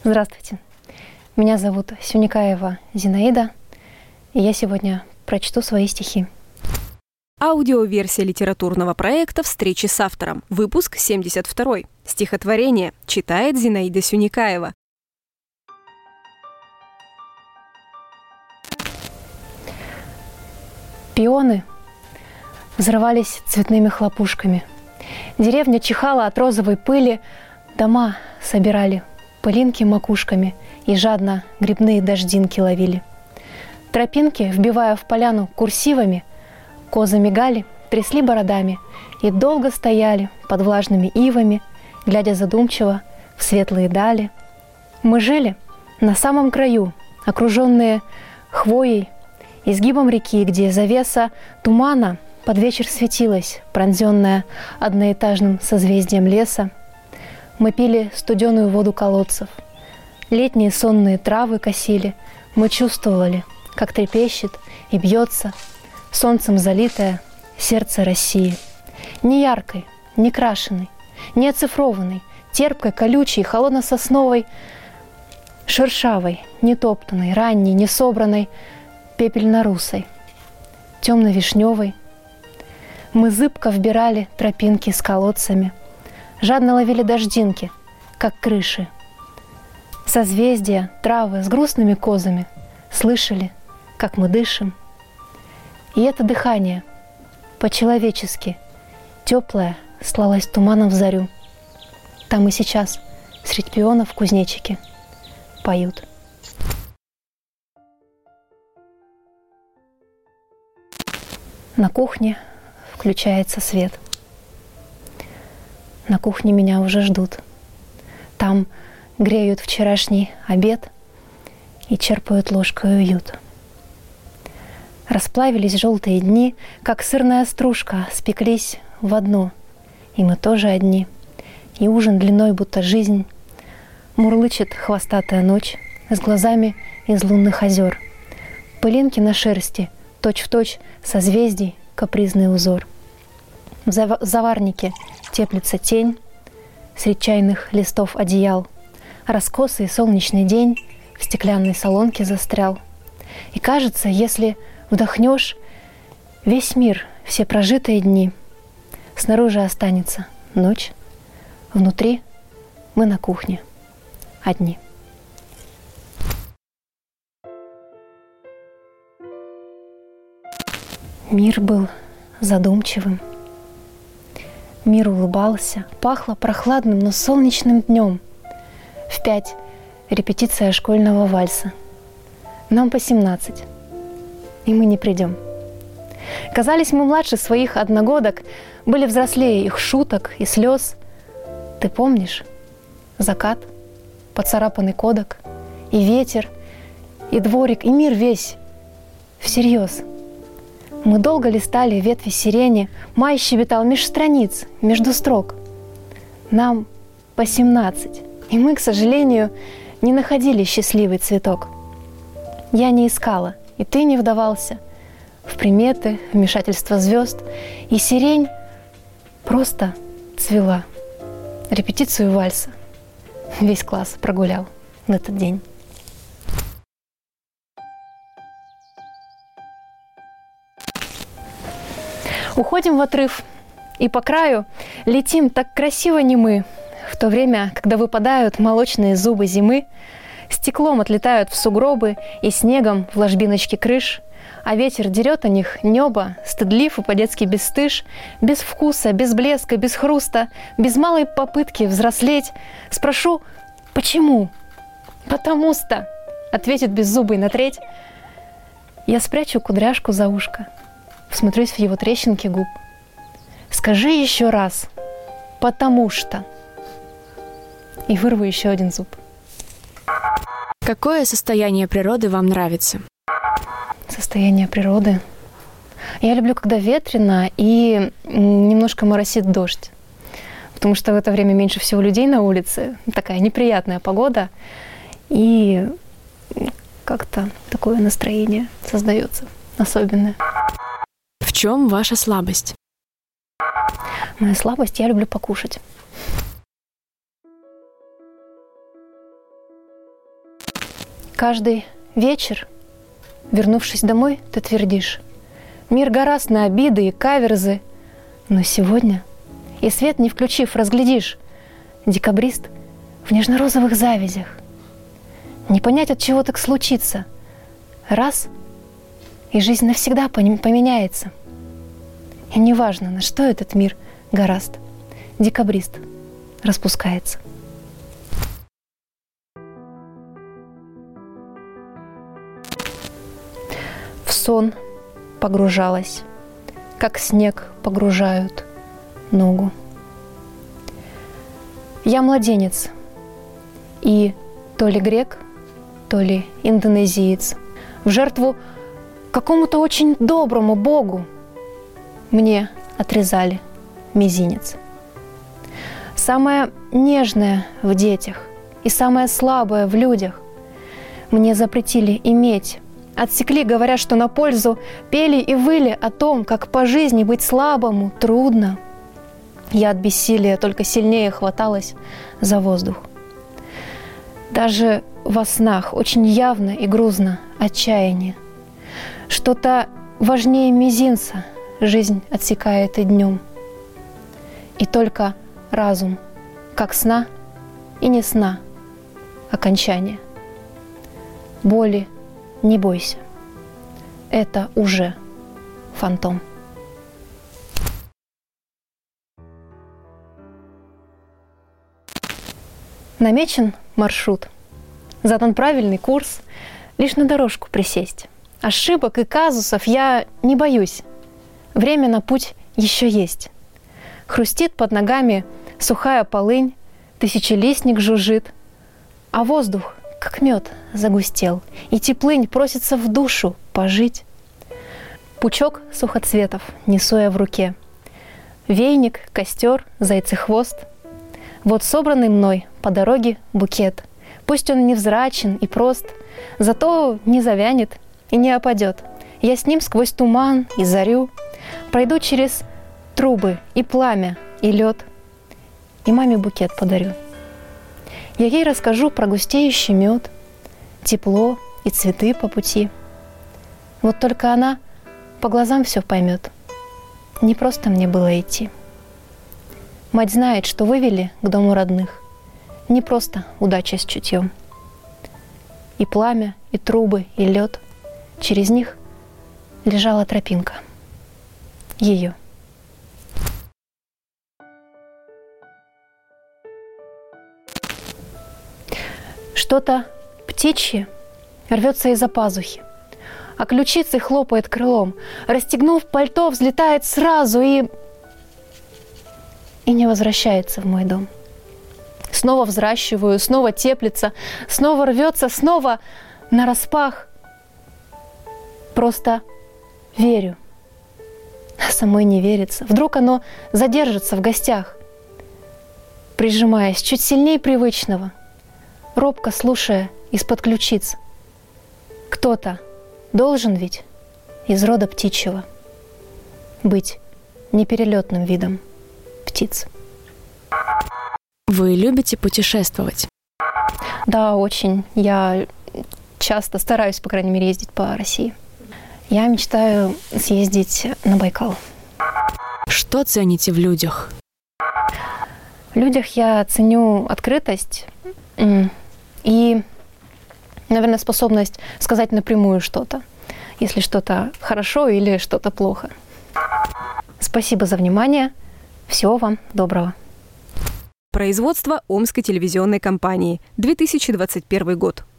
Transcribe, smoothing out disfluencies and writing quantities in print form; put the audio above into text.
Здравствуйте. Меня зовут Сюникаева Зинаида, и я сегодня прочту свои стихи. Аудиоверсия литературного проекта «Встречи с автором». Выпуск 72. Стихотворение читает Зинаида Сюникаева. Пионы взрывались цветными хлопушками. Деревня чихала от розовой пыли, дома собирали пылинки макушками и жадно грибные дождинки ловили. Тропинки, вбивая в поляну курсивами, козы мигали, трясли бородами и долго стояли под влажными ивами, глядя задумчиво в светлые дали. Мы жили на самом краю, окруженные хвоей, изгибом реки, где завеса тумана под вечер светилась, пронзенная одноэтажным созвездием леса. Мы пили студеную воду колодцев, летние сонные травы косили. Мы чувствовали, как трепещет и бьется солнцем залитое сердце России. Не яркой, не крашеной, не оцифрованной, терпкой, колючей, холодно-сосновой, шершавой, нетоптанной, ранней, несобранной, пепельно-русой, темно-вишневой. Мы зыбко вбирали тропинки с колодцами, жадно ловили дождинки, как крыши. Созвездия, травы с грустными козами слышали, как мы дышим. И это дыхание по-человечески теплое слалось туманом в зарю. Там и сейчас средь пионов кузнечики поют. На кухне включается свет. На кухне меня уже ждут. Там греют вчерашний обед и черпают ложкой уют. Расплавились желтые дни, как сырная стружка, спеклись в одно. И мы тоже одни. И ужин длиной, будто жизнь. Мурлычет хвостатая ночь с глазами из лунных озер. Пылинки на шерсти, точь-в-точь созвездий капризный узор. В заварнике теплится тень средь чайных листов одеял. Раскосый солнечный день в стеклянной солонке застрял. И кажется, если вдохнешь весь мир, все прожитые дни, снаружи останется ночь, внутри мы на кухне одни. Мир был задумчивым. Мир улыбался, пахло прохладным, но солнечным днем. В 5 репетиция школьного вальса. Нам по 17, и мы не придем. Казались мы младше своих одногодок, были взрослее их шуток и слез. Ты помнишь? Закат, поцарапанный кодек, и ветер, и дворик, и мир весь всерьез. Мы долго листали ветви сирени, май щебетал меж страниц, между строк. Нам по 17, и мы, к сожалению, не находили счастливый цветок. Я не искала, и ты не вдавался в приметы, вмешательство звезд, и сирень просто цвела. Репетицию вальса весь класс прогулял в этот день. Уходим в отрыв, и по краю летим так красиво не мы, в то время, когда выпадают молочные зубы зимы, стеклом отлетают в сугробы и снегом в ложбиночки крыш, а ветер дерет о них небо, стыдлив и по-детски бесстыж, без вкуса, без блеска, без хруста, без малой попытки взрослеть. Спрошу, почему? Потому-что, ответит беззубый на треть. Я спрячу кудряшку за ушко, всмотрюсь в его трещинки губ. Скажи еще раз, потому что. И вырву еще один зуб. Какое состояние природы вам нравится? Состояние природы. Я люблю, когда ветрено и немножко моросит дождь. Потому что в это время меньше всего людей на улице. Такая неприятная погода. И как-то такое настроение создается особенное. В чем ваша слабость? Моя слабость — я люблю покушать. Каждый вечер, вернувшись домой, ты твердишь: мир гораст на обиды и каверзы, но сегодня, и свет не включив, разглядишь декабрист в нежно-розовых завязях. Не понять, от чего так случится. Раз — и жизнь навсегда поменяется. И неважно, на что этот мир гораст, декабрист распускается. В сон погружалась, как снег погружают ногу. Я младенец, и то ли грек, то ли индонезиец, в жертву какому-то очень доброму Богу мне отрезали мизинец. Самое нежное в детях и самое слабое в людях мне запретили иметь. Отсекли, говоря, что на пользу, пели и выли о том, как по жизни быть слабому трудно. Я от бессилия только сильнее хваталась за воздух. Даже во снах очень явно и грузно отчаяние. Что-то важнее мизинца жизнь отсекает и днем. И только разум, как сна и не сна, окончание. Боли не бойся, это уже фантом. Намечен маршрут, задан правильный курс, лишь на дорожку присесть. Ошибок и казусов я не боюсь. Время на путь еще есть. Хрустит под ногами сухая полынь, тысячелистник жужжит, а воздух, как мед, загустел, и теплынь просится в душу пожить. Пучок сухоцветов несу я в руке. Вейник, костер, зайцехвост. Вот собранный мной по дороге букет. Пусть он невзрачен и прост, зато не завянет и не опадет. Я с ним сквозь туман и зарю пройду через трубы и пламя, и лед, и маме букет подарю. Я ей расскажу про густеющий мед, тепло и цветы по пути. Вот только она по глазам все поймет. Не просто мне было идти. Мать знает, что вывели к дому родных не просто удача с чутьем. И пламя, и трубы, и лед, через них лежала тропинка. Ее. Что-то птичье рвется из-за пазухи, а ключицей хлопает крылом, расстегнув пальто, взлетает сразу и не возвращается в мой дом. Снова взращиваю, снова теплится, снова рвется, снова нараспах. Просто верю. А самой не верится. Вдруг оно задержится в гостях, прижимаясь чуть сильнее привычного, робко слушая из-под ключиц. Кто-то должен ведь из рода птичьего быть неперелетным видом птиц. Вы любите путешествовать? Да, очень. Я часто стараюсь, по крайней мере, ездить по России. Я мечтаю съездить на Байкал. Что цените в людях? В людях я ценю открытость и, наверное, способность сказать напрямую что-то, если что-то хорошо или что-то плохо. Спасибо за внимание. Всего вам доброго. Производство Омской телевизионной компании. 2021 год.